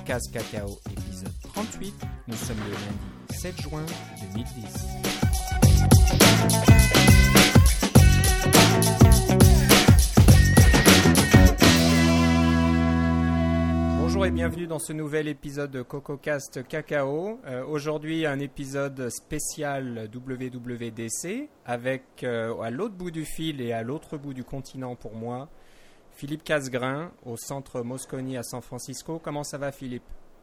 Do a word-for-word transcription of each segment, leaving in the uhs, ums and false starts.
CocoCast Cacao, épisode trente-huit. Nous sommes le lundi sept juin deux mille dix. Bonjour et bienvenue dans ce nouvel épisode de CocoCast Cacao. Euh, aujourd'hui, un épisode spécial W W D C avec euh, à l'autre bout du fil et à l'autre bout du continent pour moi, Philippe Casgrain au centre Moscone à San Francisco. Comment ça va, Philippe?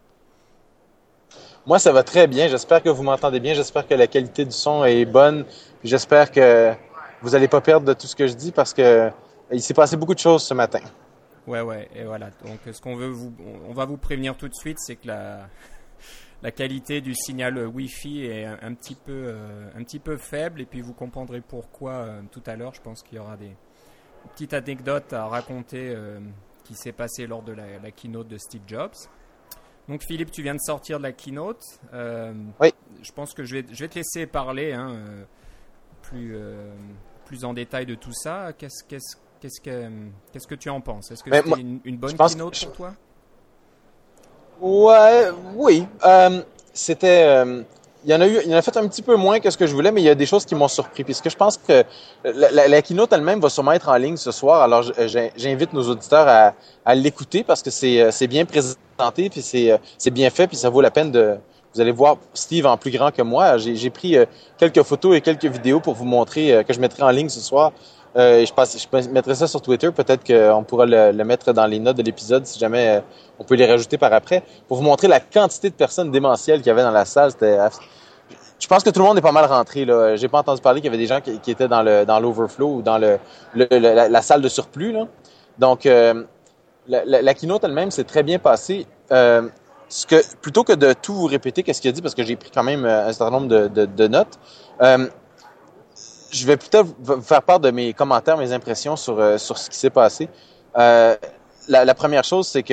Moi, ça va très bien. J'espère que vous m'entendez bien. J'espère que la qualité du son est bonne. Puis j'espère que vous n'allez pas perdre de tout ce que je dis parce que il s'est passé beaucoup de choses ce matin. Ouais, ouais, et voilà. Donc, ce qu'on veut vous, on va vous prévenir tout de suite, c'est que la, la qualité du signal Wi-Fi est un, un petit peu, euh, un petit peu faible, et puis vous comprendrez pourquoi euh, tout à l'heure. Je pense qu'il y aura des petites anecdotes à raconter euh, qui s'est passé lors de la, la keynote de Steve Jobs. Donc, Philippe, tu viens de sortir de la keynote. Euh, oui. Je pense que je vais, je vais te laisser parler hein, euh, plus, euh, plus en détail de tout ça. Qu'est-ce, qu'est-ce Qu'est-ce que, qu'est-ce que tu en penses? Est-ce que Mais c'était moi, une, une bonne keynote que... pour toi? Ouais, oui. Euh, c'était, euh, il y en a eu, il y en a fait un petit peu moins que ce que je voulais, mais il y a des choses qui m'ont surpris. Puisque je pense que la, la, la keynote elle-même va sûrement être en ligne ce soir. Alors, j'invite nos auditeurs à, à l'écouter parce que c'est, c'est bien présenté, puis c'est, c'est bien fait, puis ça vaut la peine de. Vous allez voir Steve en plus grand que moi. J'ai, j'ai pris quelques photos et quelques vidéos pour vous montrer que je mettrai en ligne ce soir. Euh, je, pense, je mettrai ça sur Twitter. Peut-être qu'on pourra le, le mettre dans les notes de l'épisode si jamais euh, on peut les rajouter par après. Pour vous montrer la quantité de personnes démentielles qu'il y avait dans la salle. C'était, je pense que tout le monde est pas mal rentré. Là. J'ai pas entendu parler qu'il y avait des gens qui, qui étaient dans le dans l'overflow ou dans le, le, le la, la salle de surplus. Là. Donc, euh, la, la, la keynote elle-même s'est très bien passée. Euh, ce que, plutôt que de tout vous répéter qu'est-ce qu'il a dit, parce que j'ai pris quand même un certain nombre de, de, de notes, euh, je vais plutôt vous faire part de mes commentaires, mes impressions sur euh, sur ce qui s'est passé. Euh, la, la première chose, c'est que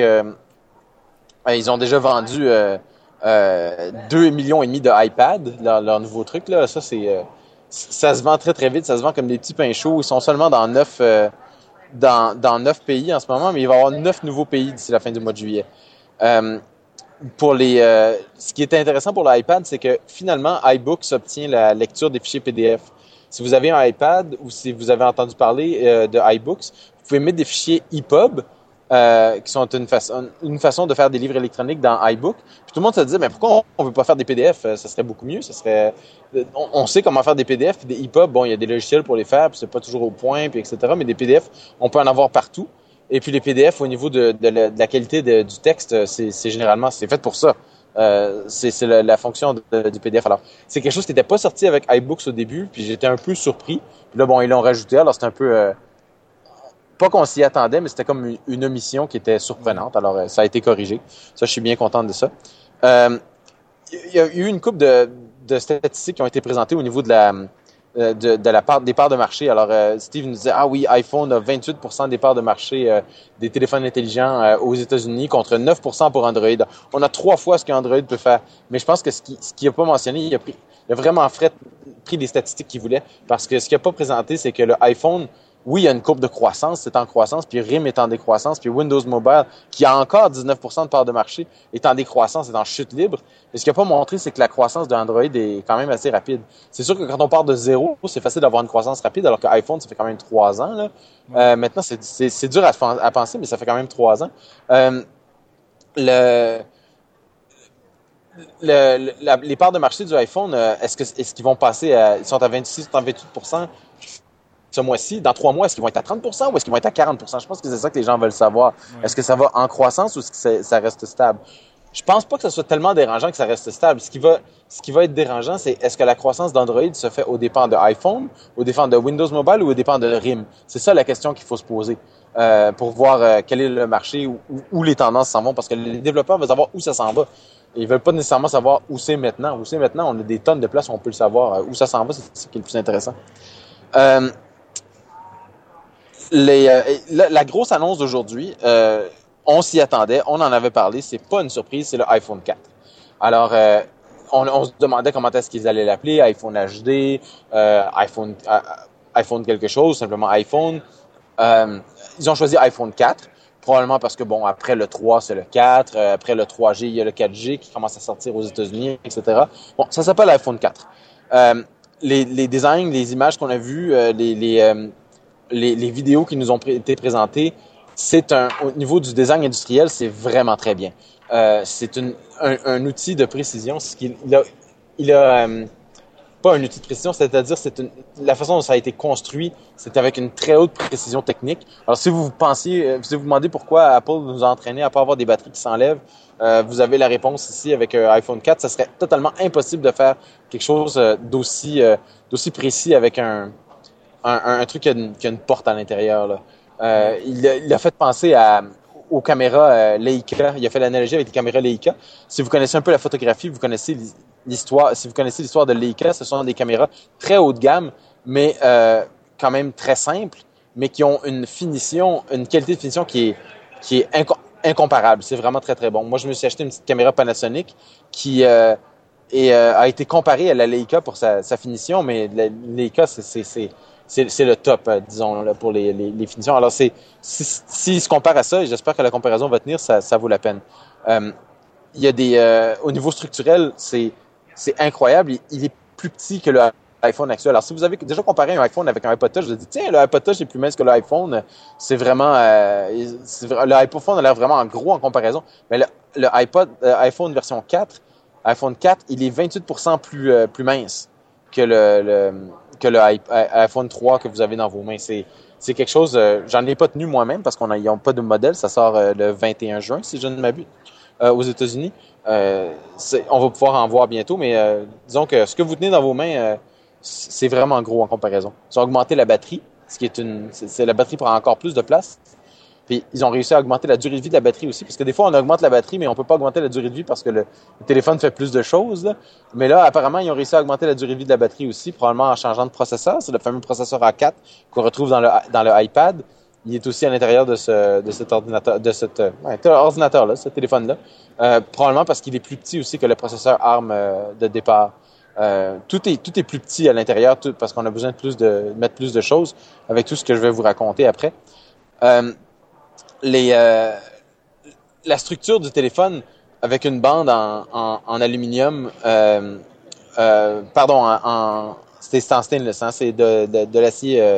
euh, ils ont déjà vendu euh, euh, deux millions et demi de iPad, leur, leur nouveau truc là. Ça c'est euh, ça se vend très très vite, ça se vend comme des petits pains chauds. Ils sont seulement dans neuf euh, dans dans neuf pays en ce moment, mais il va y avoir neuf nouveaux pays d'ici la fin du mois de juillet. Euh, Pour les, euh, ce qui est intéressant pour l'iPad, c'est que finalement, iBooks obtient la lecture des fichiers P D F. Si vous avez un iPad ou si vous avez entendu parler euh, de iBooks, vous pouvez mettre des fichiers E P U B euh, qui sont une façon, une façon de faire des livres électroniques dans iBook. Puis tout le monde se dit, mais pourquoi on ne veut pas faire des P D F? Ça serait beaucoup mieux. Ça serait, on, on sait comment faire des P D F, puis des E P U B. Bon, il y a des logiciels pour les faire, puis c'est pas toujours au point, puis et cetera. Mais des P D F, on peut en avoir partout. Et puis les P D F, au niveau de, de, la, de la qualité de, du texte, c'est, c'est généralement c'est fait pour ça. Euh, c'est c'est la, la fonction de, du P D F. Alors, c'est quelque chose qui n'était pas sorti avec iBooks au début, puis j'étais un peu surpris. Puis là, bon, ils l'ont rajouté. Alors, c'est un peu euh, pas qu'on s'y attendait, mais c'était comme une, une omission qui était surprenante. Alors, euh, ça a été corrigé. Ça, je suis bien content de ça. Euh, il y a eu une couple de, de statistiques qui ont été présentées au niveau de la De, de la part des parts de marché. Alors, euh, Steve nous disait, ah oui, iPhone a vingt-huit pour cent des parts de marché euh, des téléphones intelligents euh, aux États-Unis contre neuf pour cent pour Android. On a trois fois ce qu'Android peut faire. Mais je pense que ce qu'il ce qu'il a pas mentionné, il a, pris, il a vraiment fait, pris des statistiques qu'il voulait parce que ce qu'il a pas présenté, c'est que le iPhone, oui, il y a une courbe de croissance, c'est en croissance, puis R I M est en décroissance, puis Windows Mobile, qui a encore dix-neuf pour cent de part de marché, est en décroissance, est en chute libre. Mais ce qu'il n'a pas montré, c'est que la croissance d'Android est quand même assez rapide. C'est sûr que quand on part de zéro, c'est facile d'avoir une croissance rapide, alors que iPhone, ça fait quand même trois ans. Là. Ouais. Euh, maintenant, c'est, c'est, c'est dur à, à penser, mais ça fait quand même trois ans. Euh, le... Le, la, les parts de marché du iPhone, euh, est-ce, que, est-ce qu'ils vont passer à... Ils sont à vingt-six, ils sont à vingt-huit pour cent ce mois-ci. Dans trois mois, est-ce qu'ils vont être à trente pour cent ou est-ce qu'ils vont être à quarante pour cent? Je pense que c'est ça que les gens veulent savoir. Ouais. Est-ce que ça va en croissance ou est-ce que ça reste stable? Je pense pas que ce soit tellement dérangeant que ça reste stable. Ce qui va, ce qui va être dérangeant, c'est est-ce que la croissance d'Android se fait aux dépens de iPhone, aux dépens de Windows Mobile ou aux dépens de R I M? C'est ça la question qu'il faut se poser euh, pour voir euh, quel est le marché, où, où les tendances s'en vont, parce que les développeurs veulent savoir où ça s'en va. Ils veulent pas nécessairement savoir où c'est maintenant. Où c'est maintenant, on a des tonnes de places où on peut le savoir. Où ça s'en va, c'est ce qui est le plus intéressant. Euh, les, euh, la, la grosse annonce d'aujourd'hui, euh, on s'y attendait, on en avait parlé, c'est pas une surprise, c'est le iPhone quatre. Alors, euh, on, on se demandait comment est-ce qu'ils allaient l'appeler, iPhone H D, euh, iPhone, euh, iPhone quelque chose, simplement iPhone. Euh, ils ont choisi iPhone quatre. probablement parce que, bon, après le trois, c'est le quatre. Euh, après le trois G, il y a le quatre G qui commence à sortir aux États-Unis, et cetera. Bon, ça s'appelle l'iPhone quatre. Euh, les, les designs, les images qu'on a vues, euh, les, les, euh, les, les vidéos qui nous ont pr- été présentées, c'est un, au niveau du design industriel, c'est vraiment très bien. Euh, c'est une, un, un outil de précision. C'est qu'il, il a, il a euh, pas un outil de précision, c'est-à-dire c'est une, la façon dont ça a été construit, c'est avec une très haute précision technique. Alors si vous pensiez, si vous vous demandez pourquoi Apple nous a entraînés à pas avoir des batteries qui s'enlèvent, euh, vous avez la réponse ici avec euh, iPhone quatre. Ça serait totalement impossible de faire quelque chose euh, d'aussi euh, d'aussi précis avec un un, un, un truc qui a, une, qui a une porte à l'intérieur. Là. Euh, il, a, il a fait penser à aux caméras euh, Leica. Il a fait l'analogie avec les caméras Leica. Si vous connaissez un peu la photographie, vous connaissez l'histoire. Si vous connaissez l'histoire de Leica, ce sont des caméras très haut de gamme, mais euh, quand même très simples, mais qui ont une finition, une qualité de finition qui est qui est inco- incomparable. C'est vraiment très très bon. Moi, je me suis acheté une petite caméra Panasonic qui euh, est, euh, a été comparée à la Leica pour sa, sa finition, mais la Leica, c'est c'est c'est C'est, c'est le top, euh, disons, là, pour les, les, les finitions. Alors, c'est, si, si se compare à ça, et j'espère que la comparaison va tenir, ça, ça vaut la peine. Euh, il y a des, euh, au niveau structurel, c'est, c'est incroyable. Il, il est plus petit que le iPhone actuel. Alors, si vous avez déjà comparé un iPhone avec un iPod Touch, je vous dis, tiens, le iPod Touch est plus mince que l'iPhone. C'est vraiment, euh, c'est, le iPhone a l'air vraiment gros en comparaison. Mais le, le iPod, euh, iPhone version quatre, iPhone quatre, il est vingt-huit pour cent plus, euh, plus mince que le, le que le iPhone trois que vous avez dans vos mains. C'est, c'est quelque chose, euh, j'en ai pas tenu moi-même parce qu'on n'a pas de modèle. Ça sort euh, le vingt et un juin, si je ne m'abuse, euh, aux États-Unis. Euh, c'est, on va pouvoir en voir bientôt, mais euh, disons que ce que vous tenez dans vos mains, euh, c'est vraiment gros en comparaison. Ils ont augmenté la batterie, ce qui est une, c'est, c'est la batterie prend encore plus de place. Puis ils ont réussi à augmenter la durée de vie de la batterie aussi, parce que des fois on augmente la batterie, mais on peut pas augmenter la durée de vie parce que le, le téléphone fait plus de choses. Là. Mais là, apparemment, ils ont réussi à augmenter la durée de vie de la batterie aussi, probablement en changeant de processeur. C'est le fameux processeur A quatre qu'on retrouve dans le dans le iPad. Il est aussi à l'intérieur de ce de cet ordinateur, de cet ouais, ordinateur là, ce téléphone là. Euh, probablement parce qu'il est plus petit aussi que le processeur ARM euh, de départ. Euh, tout est tout est plus petit à l'intérieur, tout, parce qu'on a besoin de plus de, de mettre plus de choses avec tout ce que je vais vous raconter après. Euh, Les, euh, la structure du téléphone avec une bande en, en, en aluminium, euh, euh, pardon, en, en c'est, c'est en stainless, hein, c'est de, de, de l'acier euh,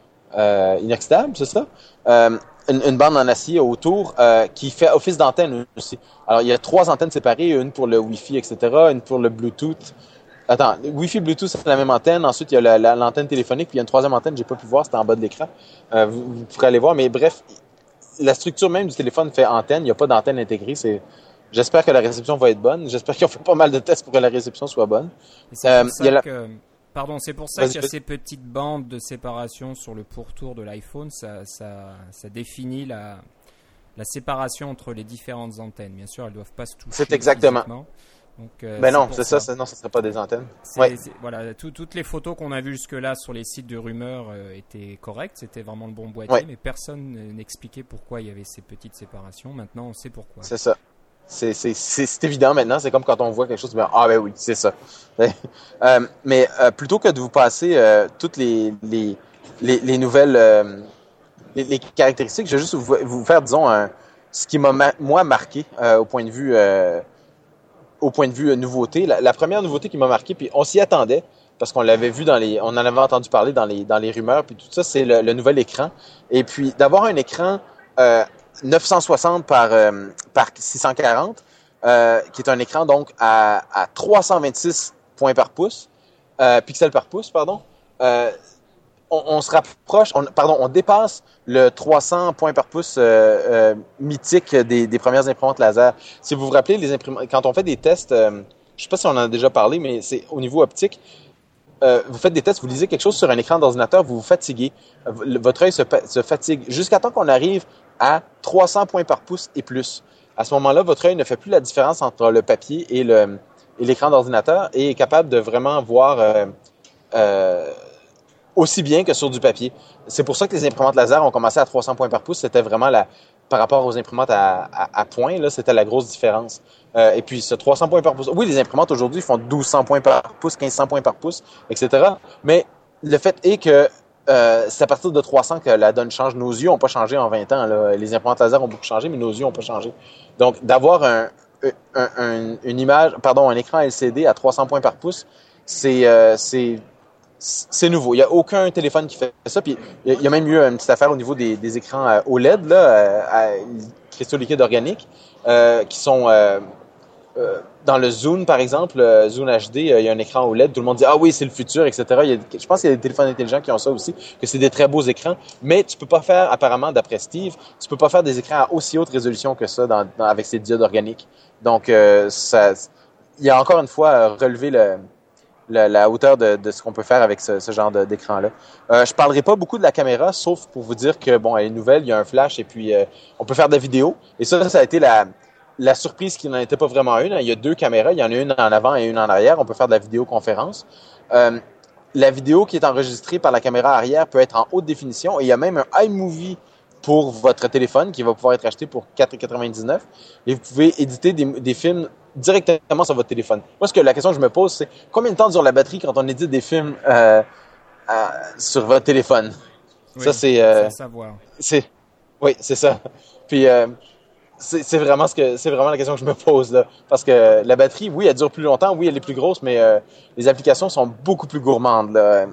euh, inoxydable, c'est ça? Euh, une, une bande en acier autour euh, qui fait office d'antenne aussi. Alors, il y a trois antennes séparées, une pour le Wi-Fi, et cetera, une pour le Bluetooth. Attends, Wi-Fi, Bluetooth, c'est la même antenne. Ensuite, il y a la, la, l'antenne téléphonique, puis il y a une troisième antenne, j'ai pas pu voir, c'était en bas de l'écran. Euh, vous, vous pourrez aller voir, mais bref, la structure même du téléphone fait antenne. Il n'y a pas d'antenne intégrée. C'est... J'espère que la réception va être bonne. J'espère qu'ils ont fait pas mal de tests pour que la réception soit bonne. Et c'est, euh, pour ça la... que... Pardon, c'est pour ça Vas-y. qu'il y a ces petites bandes de séparation sur le pourtour de l'iPhone. Ça, ça, ça définit la, la séparation entre les différentes antennes. Bien sûr, elles ne doivent pas se toucher. C'est exactement. Physiquement. Donc, euh, ben non, c'est ça. ça. Non, ce ne serait pas des antennes. C'est, ouais. c'est, voilà, tout, toutes les photos qu'on a vues jusque-là sur les sites de rumeurs euh, étaient correctes. C'était vraiment le bon boîtier, ouais. Mais personne n'expliquait pourquoi il y avait ces petites séparations. Maintenant, on sait pourquoi. C'est ça. C'est, c'est, c'est, c'est évident maintenant. C'est comme quand on voit quelque chose, ben, ah ben oui, c'est ça. euh, mais euh, plutôt que de vous passer euh, toutes les, les, les, les nouvelles euh, les, les caractéristiques, je vais juste vous, vous faire, disons, un, ce qui m'a, ma- moi, marqué euh, au point de vue... Euh, au point de vue euh, nouveauté. La, la première nouveauté qui m'a marqué, puis on s'y attendait, parce qu'on l'avait vu dans les, on en avait entendu parler dans les, dans les rumeurs, puis tout ça, c'est le, le nouvel écran. Et puis, d'avoir un écran euh, neuf cent soixante par, euh, par six cent quarante, euh, qui est un écran donc à, à trois cent vingt-six points par pouce, euh, pixels par pouce, pardon. Euh, on, on se rapproche, on, pardon, on dépasse le trois cents points par pouce euh, euh, mythique des, des premières imprimantes laser. Si vous vous rappelez, les imprimantes, quand on fait des tests, euh, je sais pas si on en a déjà parlé, mais c'est au niveau optique. Euh, vous faites des tests, vous lisez quelque chose sur un écran d'ordinateur, vous vous fatiguez, votre œil se, se fatigue jusqu'à temps qu'on arrive à trois cents points par pouce et plus. À ce moment-là, votre œil ne fait plus la différence entre le papier et, le, et l'écran d'ordinateur et est capable de vraiment voir euh, euh, aussi bien que sur du papier. C'est pour ça que les imprimantes laser ont commencé à trois cents points par pouce. C'était vraiment la, par rapport aux imprimantes à, à, à points, là, c'était la grosse différence. Euh, et puis, ce trois cents points par pouce. Oui, les imprimantes aujourd'hui font douze cents points par pouce, quinze cents points par pouce, et cetera. Mais le fait est que euh, c'est à partir de trois cents que la donne change. Nos yeux n'ont pas changé en vingt ans. Là. Les imprimantes laser ont beaucoup changé, mais nos yeux n'ont pas changé. Donc, d'avoir un, un, un, une image, pardon, un écran L C D à trois cents points par pouce, c'est, euh, c'est, c'est nouveau. Il n'y a aucun téléphone qui fait ça. Puis, il y a même eu une petite affaire au niveau des, des écrans O L E D, là, à, à cristaux liquides organiques, euh, qui sont... Euh, Euh, dans le Zune, par exemple, le Zune H D, euh, il y a un écran O L E D. Tout le monde dit « Ah oui, c'est le futur, et cetera » Il y a, je pense qu'il y a des téléphones intelligents qui ont ça aussi, que c'est des très beaux écrans. Mais tu peux pas faire, apparemment, d'après Steve, tu peux pas faire des écrans à aussi haute résolution que ça dans, dans, avec ces diodes organiques. Donc, euh, ça, il y a encore une fois relevé le, le, la hauteur de, de ce qu'on peut faire avec ce, ce genre de, d'écran-là. Euh, je parlerai pas beaucoup de la caméra, sauf pour vous dire que, bon, elle est nouvelle, il y a un flash et puis euh, on peut faire de la vidéo. Et ça, ça a été la... La surprise qui n'en était pas vraiment une, il y a deux caméras, il y en a une en avant et une en arrière, on peut faire de la vidéoconférence. Euh, la vidéo qui est enregistrée par la caméra arrière peut être en haute définition et il y a même un iMovie pour votre téléphone qui va pouvoir être acheté pour quatre dollars quatre-vingt-dix-neuf et vous pouvez éditer des, des films directement sur votre téléphone. Moi, ce que la question que je me pose, c'est combien de temps dure la batterie quand on édite des films euh, euh, sur votre téléphone? Oui, ça, c'est... Euh, c'est savoir. C'est, oui, c'est ça. Puis... Euh, C'est, c'est vraiment ce que c'est vraiment la question que je me pose là, parce que la batterie, oui, elle dure plus longtemps, oui, elle est plus grosse, mais euh, les applications sont beaucoup plus gourmandes là.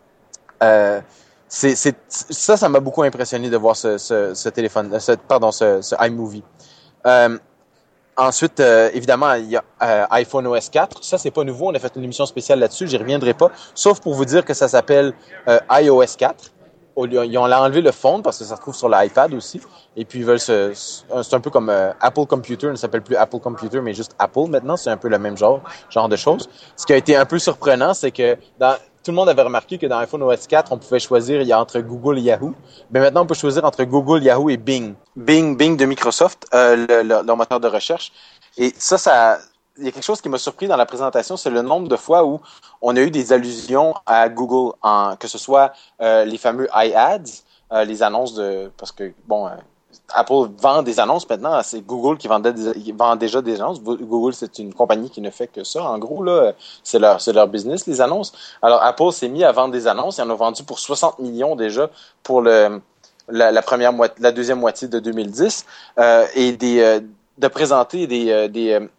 Euh, c'est, c'est ça, ça m'a beaucoup impressionné de voir ce, ce, ce téléphone, ce, pardon, ce, ce iMovie. Euh, ensuite, euh, évidemment, il y a euh, iPhone O S quatre. Ça, c'est pas nouveau. On a fait une émission spéciale là-dessus. J'y reviendrai pas, sauf pour vous dire que ça s'appelle euh, iOS quatre. Ils ont enlevé le fond parce que ça se trouve sur l'iPad aussi. Et puis, ils veulent se, c'est un peu comme euh, Apple Computer, ne s'appelle plus Apple Computer, mais juste Apple maintenant. C'est un peu le même genre, genre de choses. Ce qui a été un peu surprenant, c'est que dans, tout le monde avait remarqué que dans iPhone O S quatre, on pouvait choisir il y a entre Google et Yahoo. Mais maintenant, on peut choisir entre Google, Yahoo et Bing. Bing, Bing de Microsoft, euh, le, le, leur moteur de recherche. Et ça, ça... Il y a quelque chose qui m'a surpris dans la présentation, c'est le nombre de fois où on a eu des allusions à Google, en, que ce soit euh, les fameux iAds, euh, les annonces de... Parce que, bon, euh, Apple vend des annonces maintenant, c'est Google qui vendait des, qui vend déjà des annonces. Google, c'est une compagnie qui ne fait que ça, en gros, là, c'est leur, c'est leur business, les annonces. Alors, Apple s'est mis à vendre des annonces, ils en ont vendu pour soixante millions déjà pour le, la, la première moitié, la deuxième moitié de deux mille dix, euh, et des, euh, de présenter des... Euh, des euh,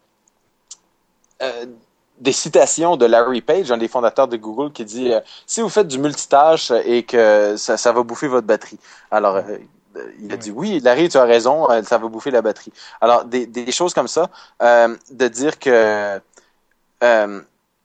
Euh, des citations de Larry Page, un des fondateurs de Google, qui dit euh, si vous faites du multitâche et que ça, ça va bouffer votre batterie. Alors, euh, il a dit oui, Larry, tu as raison, ça va bouffer la batterie. Alors, des, des choses comme ça, euh, de dire que euh,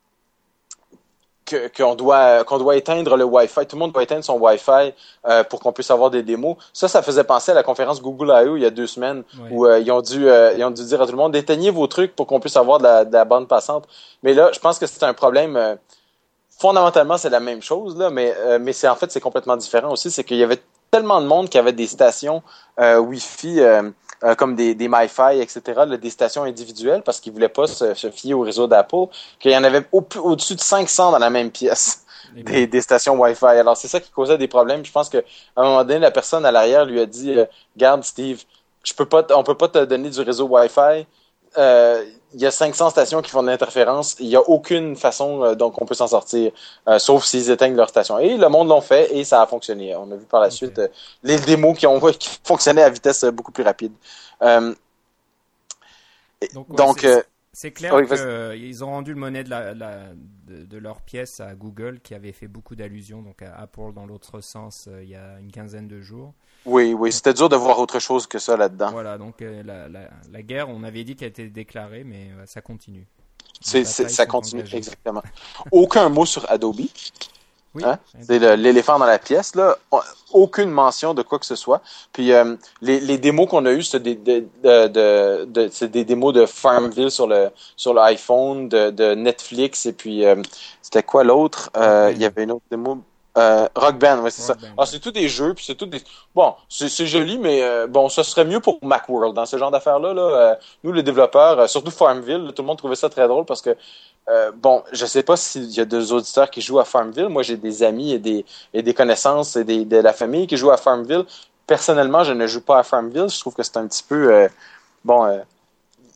que, qu'on doit qu'on doit éteindre le Wi-Fi, tout le monde doit éteindre son Wi-Fi euh, pour qu'on puisse avoir des démos. Ça, ça faisait penser à la conférence Google I O il y a deux semaines, ouais. où euh, ils ont dû euh, ils ont dû dire à tout le monde d'éteigner vos trucs pour qu'on puisse avoir de la, de la bande passante. Mais là, je pense que c'est un problème. Euh, fondamentalement, c'est la même chose là, mais euh, mais c'est en fait c'est complètement différent aussi. C'est qu'il y avait tellement de monde qui avait des stations euh, Wi-Fi. Euh, Euh, comme des, des MiFi, et cetera, là, des stations individuelles, parce qu'ils ne voulaient pas se, se fier au réseau d'Apple, qu'il y en avait au, au-dessus de cinq cents dans la même pièce, des, des stations Wi-Fi. Alors, c'est ça qui causait des problèmes. Je pense qu'à un moment donné, la personne à l'arrière lui a dit euh, « Garde, Steve, je peux pas, on peut pas te donner du réseau Wi-Fi. Euh, il y a cinq cents stations qui font de l'interférence. Il n'y a aucune façon euh, dont on peut s'en sortir, euh, sauf s'ils éteignent leur station. » Et le monde l'ont fait et ça a fonctionné. On a vu par la okay. suite euh, les démos qui ont qui fonctionnaient à vitesse euh, beaucoup plus rapide. Euh, donc, ouais, donc c'est, euh, c'est clair oui, qu'ils euh, ont rendu le monnaie de, la, la, de, de leur pièce à Google, qui avait fait beaucoup d'allusions, donc à Apple dans l'autre sens, euh, il y a une quinzaine de jours. Oui, oui, c'était dur de voir autre chose que ça là-dedans. Voilà, donc euh, la, la, la guerre, on avait dit qu'elle était déclarée, mais euh, ça continue. C'est, c'est, ça continue, engagés. Exactement. Aucun mot sur Adobe. Oui, hein? C'est le, l'éléphant dans la pièce, là. Aucune mention de quoi que ce soit. Puis euh, les, les démos qu'on a eues, c'est des, de, de, de, de, c'est des démos de Farmville sur le sur l'iPhone, de, de Netflix, et puis euh, c'était quoi l'autre? Euh, il y avait une autre démo. Euh, Rock Band, ouais, c'est Rock ça. Band. Ah, c'est tous des jeux, puis c'est tout des. Bon, c'est, c'est joli, mais euh, bon, ça serait mieux pour Macworld dans ce genre d'affaires-là. Là, euh, nous, les développeurs, euh, surtout Farmville, là, tout le monde trouvait ça très drôle parce que euh, bon, je sais pas s'il y a des auditeurs qui jouent à Farmville. Moi, j'ai des amis et des et des connaissances et des, de la famille qui jouent à Farmville. Personnellement, je ne joue pas à Farmville. Je trouve que c'est un petit peu euh, bon. Euh,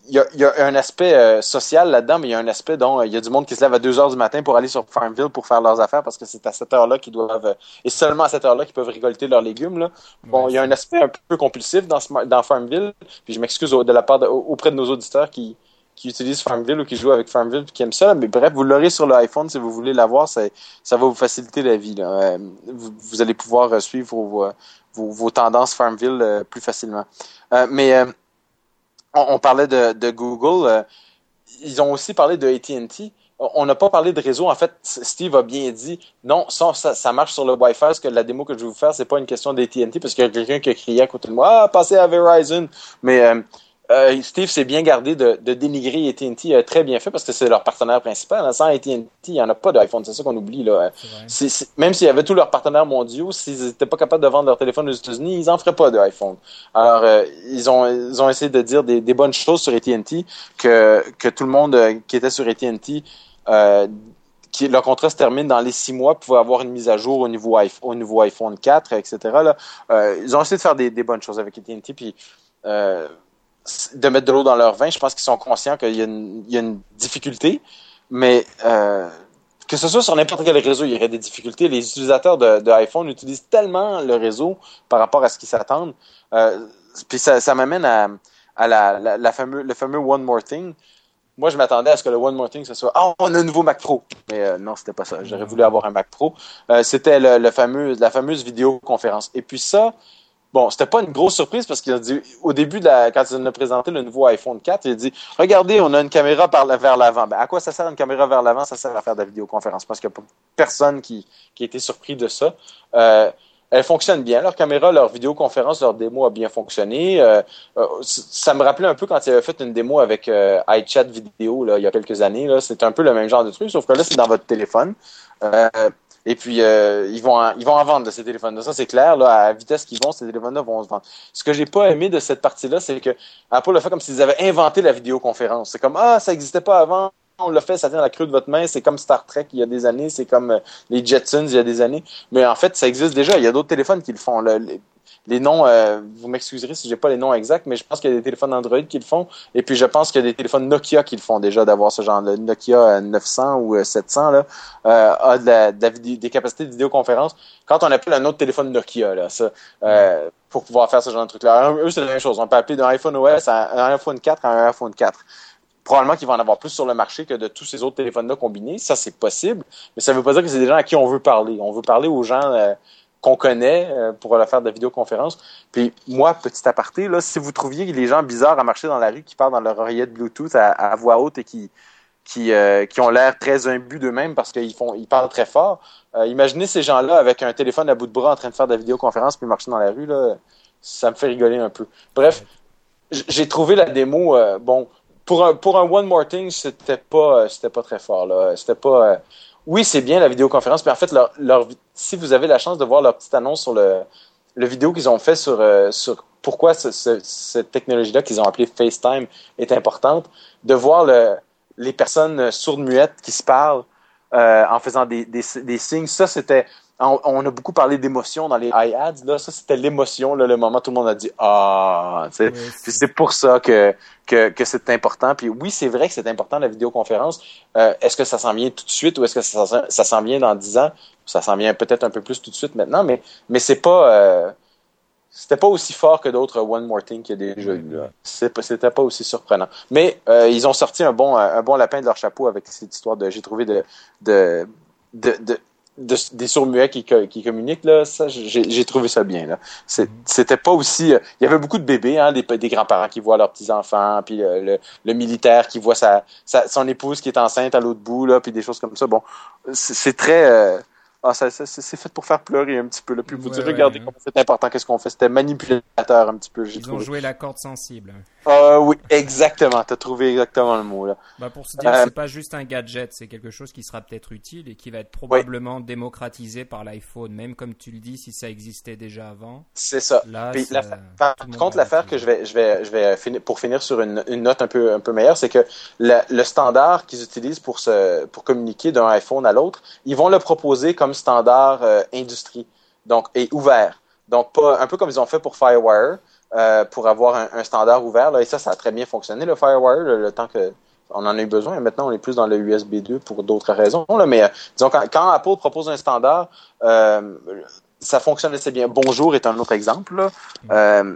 il y a, il y a un aspect euh, social là-dedans, mais il y a un aspect dont euh, il y a du monde qui se lève à deux heures du matin pour aller sur Farmville pour faire leurs affaires parce que c'est à cette heure-là qu'ils doivent, euh, et seulement à cette heure-là qu'ils peuvent récolter leurs légumes, là. Bon, Ouais, il y a un aspect un peu compulsif dans, ce, dans Farmville, puis je m'excuse au, de la part de, auprès de nos auditeurs qui, qui utilisent Farmville ou qui jouent avec Farmville et qui aiment ça, mais bref, vous l'aurez sur l'iPhone si vous voulez l'avoir, ça, ça va vous faciliter la vie, là. Euh, vous, vous allez pouvoir euh, suivre vos, vos, vos tendances Farmville euh, plus facilement. Euh, mais euh, On, on parlait de, de Google. Euh, ils ont aussi parlé de A T and T. On n'a pas parlé de réseau. En fait, Steve a bien dit, non, ça, ça, ça marche sur le Wi-Fi. Parce que la démo que je vais vous faire, c'est pas une question d'A T and T, parce qu'il y a quelqu'un qui a crié à côté de moi, ah, passez à Verizon. Mais euh, euh, Steve s'est bien gardé de, de dénigrer A T and T. Il a très bien fait, parce que c'est leur partenaire principal. Sans A T and T, il n'y en a pas d'iPhone. C'est ça qu'on oublie, là. C'est, c'est, même s'il y avait tous leurs partenaires mondiaux, s'ils n'étaient pas capables de vendre leur téléphone aux États-Unis, ils n'en feraient pas d'iPhone. Alors, euh, ils ont ils ont essayé de dire des, des bonnes choses sur A T and T, que, que tout le monde euh, qui était sur A T and T, euh, qui, leur contrat se termine dans les six mois, pouvait avoir une mise à jour au niveau, au niveau iPhone quatre, et cetera. Là. Euh, ils ont essayé de faire des, des bonnes choses avec A T and T, puis euh, de mettre de l'eau dans leur vin. Je pense qu'ils sont conscients qu'il y a une, il y a une difficulté, mais euh, que ce soit sur n'importe quel réseau, il y aurait des difficultés. Les utilisateurs de, de iPhone utilisent tellement le réseau par rapport à ce qu'ils s'attendent. Euh, puis ça, ça m'amène à, à la, la, la fameux, le fameux One More Thing. Moi, je m'attendais à ce que le One More Thing, ce soit « Ah, oh, on a un nouveau Mac Pro! » Mais euh, non, c'était pas ça. J'aurais voulu avoir un Mac Pro. Euh, c'était le, le fameux, la fameuse vidéoconférence. Et puis ça, bon, c'était pas une grosse surprise parce qu'il a dit, au début, de la, quand il nous a présenté le nouveau iPhone quatre, il a dit « Regardez, on a une caméra par, vers l'avant. » Ben, à quoi ça sert une caméra vers l'avant? Ça sert à faire de la vidéoconférence parce qu'il n'y a pas personne qui, qui a été surpris de ça. Euh, Elles fonctionnent bien. Leur caméra, leur vidéoconférence, leur démo a bien fonctionné. Euh, euh, ça me rappelait un peu quand ils avaient fait une démo avec euh, iChat vidéo là, il y a quelques années. Là. C'est un peu le même genre de truc, sauf que là, c'est dans votre téléphone. Euh, et puis, euh, ils vont en, ils vont en vendre de ces téléphones-là. Ça, c'est clair. Là, à la vitesse qu'ils vont, ces téléphones-là vont se vendre. Ce que j'ai pas aimé de cette partie-là, c'est que Apple a fait comme s'ils avaient inventé la vidéoconférence. C'est comme, ah, ça n'existait pas avant. On l'a fait, ça tient à la creux de votre main. C'est comme Star Trek il y a des années, c'est comme euh, les Jetsons il y a des années. Mais en fait, ça existe déjà. Il y a d'autres téléphones qui le font. Le, les, les noms, euh, vous m'excuserez si j'ai pas les noms exacts, mais je pense qu'il y a des téléphones Android qui le font. Et puis je pense qu'il y a des téléphones Nokia qui le font déjà, d'avoir ce genre de Nokia neuf cents ou sept cents là, euh, a de la, de la vidéo, des capacités de vidéoconférence. Quand on appelle un autre téléphone Nokia, là, ça, euh, pour pouvoir faire ce genre de truc-là. Eux, c'est la même chose. On peut appeler d'un iPhone O S à un iPhone quatre à un iPhone quatre. Probablement qu'il va en avoir plus sur le marché que de tous ces autres téléphones-là combinés. Ça, c'est possible. Mais ça ne veut pas dire que c'est des gens à qui on veut parler. On veut parler aux gens euh, qu'on connaît euh, pour leur faire de vidéoconférences. Puis moi, petit aparté, là, si vous trouviez les gens bizarres à marcher dans la rue qui parlent dans leur oreillette Bluetooth à, à voix haute et qui qui, euh, qui ont l'air très imbus d'eux-mêmes parce qu'ils font ils parlent très fort, euh, imaginez ces gens-là avec un téléphone à bout de bras en train de faire de la vidéoconférence puis marcher dans la rue, là, ça me fait rigoler un peu. Bref, j'ai trouvé la démo, euh, bon... Pour un, pour un One More Thing, c'était pas, c'était pas très fort, là. C'était pas, euh... oui, c'est bien la vidéoconférence, mais en fait, leur, leur, si vous avez la chance de voir leur petite annonce sur le, le vidéo qu'ils ont fait sur, euh, sur pourquoi ce, ce, cette technologie-là qu'ils ont appelée FaceTime est importante, de voir le, les personnes sourdes-muettes qui se parlent, euh, en faisant des, des, des signes, ça, c'était, on, on a beaucoup parlé d'émotion dans les iAds, là, ça, c'était l'émotion, là, le moment où tout le monde a dit, ah, tu sais, oui, c'est... c'est pour ça que, que, que c'est important. Puis oui, c'est vrai que c'est important, la vidéoconférence. Euh, est-ce que ça s'en vient tout de suite ou est-ce que ça, ça s'en vient dans dix ans? Ça s'en vient peut-être un peu plus tout de suite maintenant, mais, mais c'est pas, euh, c'était pas aussi fort que d'autres One More Thing qu'il y a déjà eu, là. C'est, c'était pas aussi surprenant. Mais, euh, ils ont sorti un bon, un bon lapin de leur chapeau avec cette histoire de, j'ai trouvé de, de, de, de De, des sourds-muets qui, qui communiquent, là, ça, j'ai, j'ai trouvé ça bien, là. C'est, c'était pas aussi... Euh, il y avait beaucoup de bébés, hein, des, des grands-parents qui voient leurs petits-enfants, puis euh, le, le militaire qui voit sa, sa, son épouse qui est enceinte à l'autre bout, là, puis des choses comme ça. Bon, c'est, c'est très... Euh, ah, ça, ça, c'est fait pour faire pleurer un petit peu, là. Puis vous ouais, dire, regardez ouais, comment c'est important, qu'est-ce qu'on fait. C'était manipulateur un petit peu, j'ai Ils trouvé. ont joué la corde sensible. Euh, oui, exactement. T'as trouvé exactement le mot, là. Bah, pour se dire, euh, c'est pas juste un gadget, c'est quelque chose qui sera peut-être utile et qui va être probablement oui. démocratisé par l'iPhone, même comme tu le dis, si ça existait déjà avant. C'est ça. Là, Puis, la, par contre, l'affaire que je vais, je vais, je vais finir, pour finir sur une, une note un peu, un peu meilleure, c'est que le, le standard qu'ils utilisent pour se, pour communiquer d'un iPhone à l'autre, ils vont le proposer comme standard euh, industrie, donc, et ouvert. Donc, pas, un peu comme ils ont fait pour FireWire. euh, pour avoir un, un standard ouvert. Là, et ça, ça a très bien fonctionné, le FireWire, le, le temps que on en a eu besoin. Et maintenant, on est plus dans le U S B deux pour d'autres raisons. Là, mais euh, disons, quand, quand Apple propose un standard, euh, ça fonctionne assez bien. Bonjour est un autre exemple là, euh,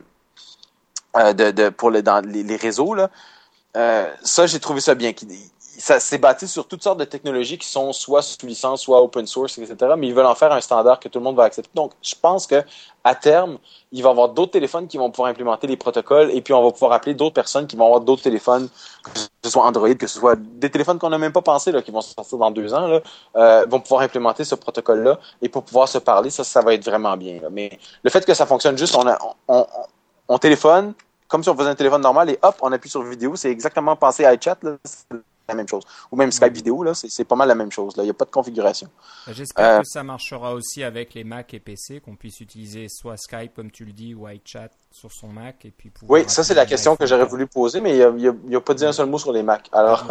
euh, de, de, pour le, dans les, les réseaux. Là. Euh, ça, j'ai trouvé ça bien. Ça s'est bâti sur toutes sortes de technologies qui sont soit sous licence, soit open source, et cetera. Mais ils veulent en faire un standard que tout le monde va accepter. Donc, je pense que à terme, il va y avoir d'autres téléphones qui vont pouvoir implémenter les protocoles et puis on va pouvoir appeler d'autres personnes qui vont avoir d'autres téléphones, que ce soit Android, que ce soit des téléphones qu'on n'a même pas pensé, là, qui vont sortir dans deux ans, là, euh, vont pouvoir implémenter ce protocole-là et pour pouvoir se parler, ça, ça va être vraiment bien. Là. Mais le fait que ça fonctionne juste, on, a, on, on, on téléphone, comme si on faisait un téléphone normal et hop, on appuie sur vidéo, c'est exactement pensé à iChat, là, c'est la même chose. Ou même Skype vidéo, là, c'est, c'est pas mal la même chose. Là. Il n'y a pas de configuration. J'espère euh, que ça marchera aussi avec les Mac et P C, qu'on puisse utiliser soit Skype, comme tu le dis, ou iChat sur son Mac. Et puis pouvoir oui, ça, c'est la question que j'aurais voulu poser, mais il n'a a pas dit un seul mot sur les Mac. Alors,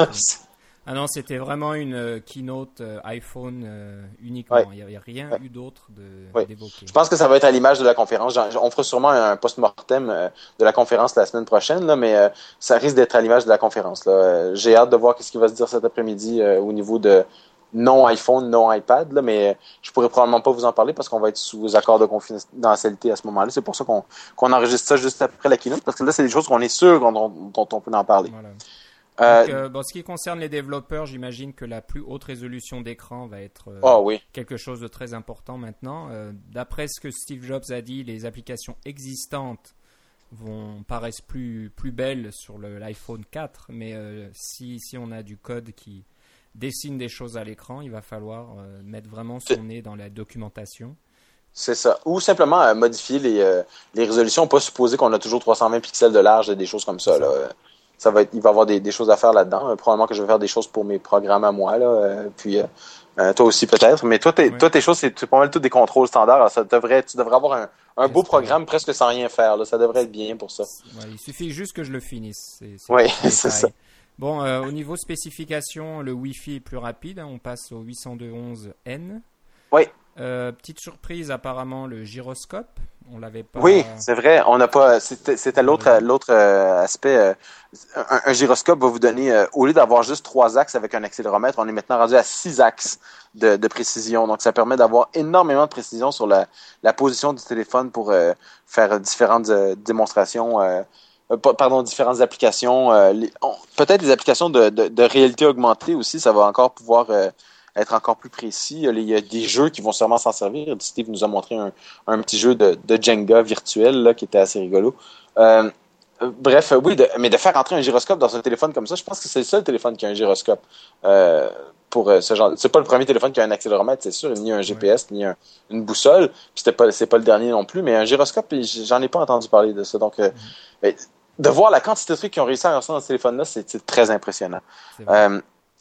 ah non, c'était vraiment une euh, keynote euh, iPhone euh, uniquement. Ouais. Il n'y avait rien ouais. eu d'autre de, ouais. d'évoquer. Je pense que ça va être à l'image de la conférence. Genre, on fera sûrement un post-mortem euh, de la conférence la semaine prochaine, là, mais euh, ça risque d'être à l'image de la conférence. Là. Euh, j'ai hâte de voir ce qui va se dire cet après-midi euh, au niveau de non iPhone, non iPad, là, mais je pourrais probablement pas vous en parler parce qu'on va être sous accord de confidentialité à ce moment-là. C'est pour ça qu'on, qu'on enregistre ça juste après la keynote, parce que là, c'est des choses qu'on est sûr dont, dont on peut en parler. Voilà. Donc, euh, bon, ce qui concerne les développeurs, j'imagine que la plus haute résolution d'écran va être euh, oh, oui. quelque chose de très important maintenant. Euh, d'après ce que Steve Jobs a dit, les applications existantes vont paraissent plus plus belles sur le, l'iPhone quatre, mais euh, si si on a du code qui dessine des choses à l'écran, il va falloir euh, mettre vraiment son C'est... nez dans la documentation. C'est ça. Ou simplement euh, modifier les euh, les résolutions, pas supposer qu'on a toujours trois cent vingt pixels de large et des choses comme ça. ça. Là. Ça va être, il va y avoir des, des choses à faire là-dedans. Euh, probablement que je vais faire des choses pour mes programmes à moi, là. Euh, puis euh, euh, toi aussi peut-être. Mais toi, tes, oui. toi, tes choses, c'est, c'est pas mal tout des contrôles standards. Alors, ça devrait, tu devrais avoir un, un beau programme presque sans rien faire. Là. Ça devrait être bien pour ça. Ouais, il suffit juste que je le finisse. C'est, c'est oui, c'est ça. Bon, euh, au niveau spécification, le Wi-Fi est plus rapide. Hein, on passe au huit cent deux point onze N. Oui. Euh, petite surprise, apparemment, le gyroscope. On l'avait pas. Oui, c'est vrai. On n'a pas. C'était, c'était l'autre, oui. l'autre euh, aspect. Euh, un, un gyroscope va vous donner, euh, au lieu d'avoir juste trois axes avec un accéléromètre, on est maintenant rendu à six axes de, de précision. Donc, ça permet d'avoir énormément de précision sur la, la position du téléphone pour euh, faire différentes euh, démonstrations. Euh, pardon, différentes applications. Euh, les, on, peut-être des applications de, de, de réalité augmentée aussi. Ça va encore pouvoir. Euh, être encore plus précis. Il y a des jeux qui vont sûrement s'en servir. Steve nous a montré un, un petit jeu de, de Jenga virtuel là, qui était assez rigolo. Euh, bref, oui, de, mais de faire entrer un gyroscope dans un téléphone comme ça, je pense que c'est le seul téléphone qui a un gyroscope. Euh, pour euh, ce genre. C'est pas le premier téléphone qui a un accéléromètre, c'est sûr, ni un G P S, ouais. ni un, une boussole. Puis c'était pas, c'est pas le dernier non plus, mais un gyroscope, j'en ai pas entendu parler de ça. Donc, euh, mm-hmm. mais, de voir la quantité de trucs qui ont réussi à rentrer dans ce téléphone-là, c'est, c'est très impressionnant. C'est, euh,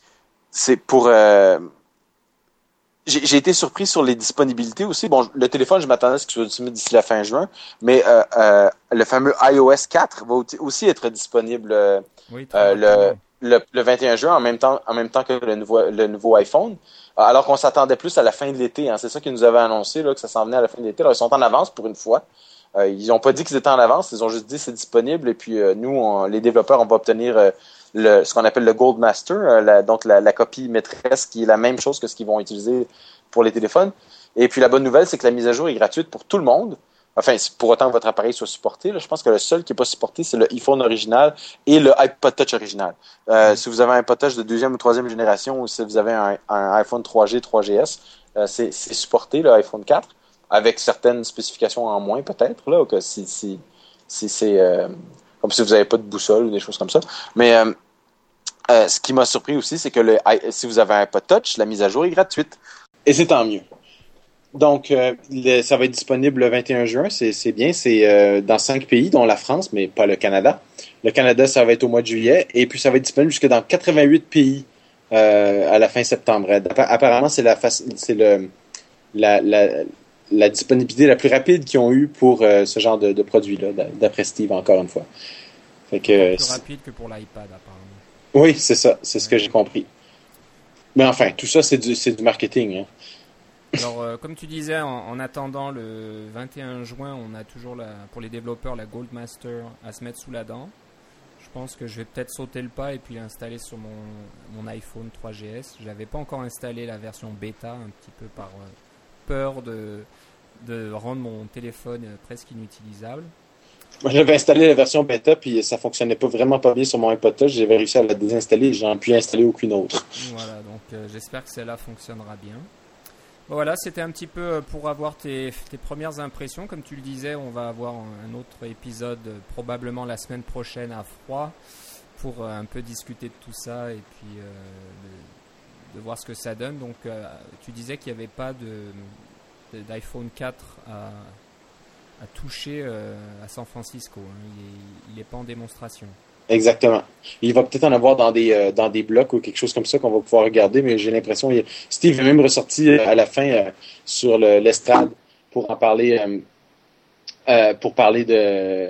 c'est pour... Euh, J'ai, j'ai été surpris sur les disponibilités aussi. Bon, le téléphone, je m'attendais à ce qu'il soit disponible d'ici la fin juin, mais euh, euh, le fameux i O S quatre va aussi être disponible euh, oui, euh, le, le, le vingt et un juin en même temps, en même temps que le nouveau, le nouveau iPhone. Alors qu'on s'attendait plus à la fin de l'été. Hein. C'est ça qu'ils nous avaient annoncé, là, que ça s'en venait à la fin de l'été. Alors, ils sont en avance pour une fois. Euh, ils n'ont pas dit qu'ils étaient en avance, ils ont juste dit que c'est disponible. Et puis euh, nous, on, les développeurs, on va obtenir euh, le, ce qu'on appelle le Gold Master, euh, la, donc la, la copie maîtresse, qui est la même chose que ce qu'ils vont utiliser pour les téléphones. Et puis la bonne nouvelle, c'est que la mise à jour est gratuite pour tout le monde. Enfin, pour autant que votre appareil soit supporté. Là, je pense que le seul qui n'est pas supporté, c'est le iPhone original et le iPod Touch original. Euh, mm. Si vous avez un iPod Touch de deuxième ou troisième génération, ou si vous avez un, un iPhone trois G, trois G S, euh, c'est, c'est supporté, le iPhone quatre, avec certaines spécifications en moins peut-être, là, que si, si, si c'est euh, comme si vous n'avez pas de boussole ou des choses comme ça. Mais euh, euh, ce qui m'a surpris aussi, c'est que le, si vous avez un iPod Touch, la mise à jour est gratuite. Et c'est tant mieux. Donc, euh, le, ça va être disponible le vingt et un juin, c'est, c'est bien. C'est euh, dans cinq pays, dont la France, mais pas le Canada. Le Canada, ça va être au mois de juillet. Et puis, ça va être disponible jusque dans quatre-vingt-huit pays euh, à la fin septembre. Apparemment, c'est la c'est le la, la, la disponibilité la plus rapide qu'ils ont eue pour euh, ce genre de, de produit-là, d'après Steve, encore une fois. Fait que, plus rapide que pour l'iPad, apparemment. Oui, c'est ça. C'est ce que j'ai compris. Mais enfin, tout ça, c'est du, c'est du marketing, hein. Alors, euh, comme tu disais, en, en attendant le vingt et un juin, on a toujours la, pour les développeurs la Goldmaster à se mettre sous la dent. Je pense que je vais peut-être sauter le pas et puis l'installer sur mon, mon iPhone trois G S. Je n'avais pas encore installé la version bêta, un petit peu par euh, peur de, de rendre mon téléphone euh, presque inutilisable. Moi, j'avais installé la version bêta, puis ça fonctionnait pas vraiment pas bien sur mon iPod Touch. J'avais réussi à la désinstaller et j'en ai pu installer aucune autre. Voilà, donc euh, j'espère que celle-là fonctionnera bien. Bon, voilà, c'était un petit peu pour avoir tes, tes premières impressions. Comme tu le disais, on va avoir un autre épisode euh, probablement la semaine prochaine à froid pour euh, un peu discuter de tout ça et puis euh, de, de voir ce que ça donne. Donc, euh, tu disais qu'il n'y avait pas de, de, d'iPhone quatre à, à toucher euh, à San Francisco. Hein. Il n'est pas en démonstration. Exactement. Il va peut-être en avoir dans des euh, dans des blocs ou quelque chose comme ça qu'on va pouvoir regarder, mais j'ai l'impression il, Steve est même ressorti euh, à la fin euh, sur le, l'estrade pour en parler euh, euh, pour parler de,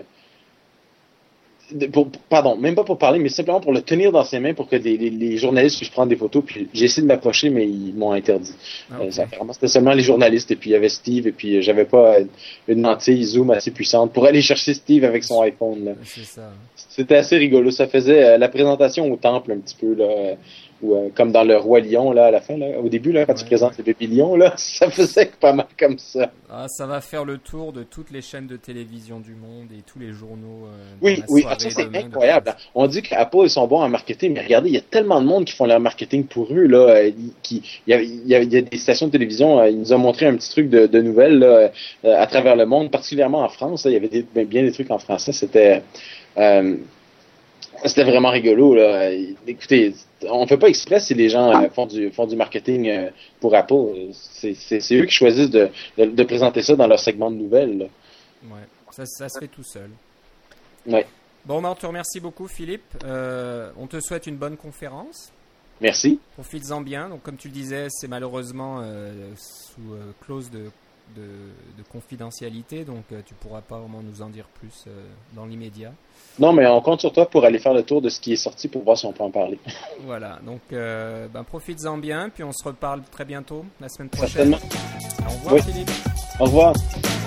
de pour, pardon, même pas pour parler, mais simplement pour le tenir dans ses mains pour que les, les, les journalistes puissent prendre des photos. Puis j'ai essayé de m'approcher, mais ils m'ont interdit. Okay. Euh, ça, vraiment, c'était seulement les journalistes et puis il y avait Steve et puis j'avais pas une lentille zoom assez puissante pour aller chercher Steve avec son iPhone. Là. C'est ça. C'était assez rigolo. Ça faisait euh, la présentation au temple un petit peu, là, euh, ou, euh, comme dans le Roi Lion, là, à la fin, là, au début, là, quand ouais, tu présentes ouais. les bébés lions, là, ça faisait pas mal comme ça. Ah, ça va faire le tour de toutes les chaînes de télévision du monde et tous les journaux. Euh, oui, oui, ah, ça c'est incroyable. De... On dit qu'Apple, ils sont bons en marketing, mais regardez, il y a tellement de monde qui font leur marketing pour eux, là, euh, qui, il y a, il y a, il y a des stations de télévision, euh, ils nous ont montré un petit truc de, de nouvelles, là, euh, à travers le monde, particulièrement en France, là, il y avait des, bien des trucs en français, c'était... Euh, C'était vraiment rigolo, là. Écoutez, on fait pas exprès si les gens euh, font du font du marketing euh, pour Apple. C'est, c'est, c'est eux qui choisissent de, de, de présenter ça dans leur segment de nouvelles, là. Ouais, ça, ça se fait tout seul. Ouais. Bon, ben, on te remercie beaucoup, Philippe. Euh, on te souhaite une bonne conférence. Merci. Profites-en bien. Donc, comme tu le disais, c'est malheureusement euh, sous euh, clause de, de, de confidentialité, donc euh, tu pourras pas vraiment nous en dire plus euh, dans l'immédiat. Non, mais on compte sur toi pour aller faire le tour de ce qui est sorti pour voir si on peut en parler. Voilà, donc euh, ben, profites-en bien, puis on se reparle très bientôt, la semaine prochaine. Certainement. Au revoir, oui. Philippe. Au revoir.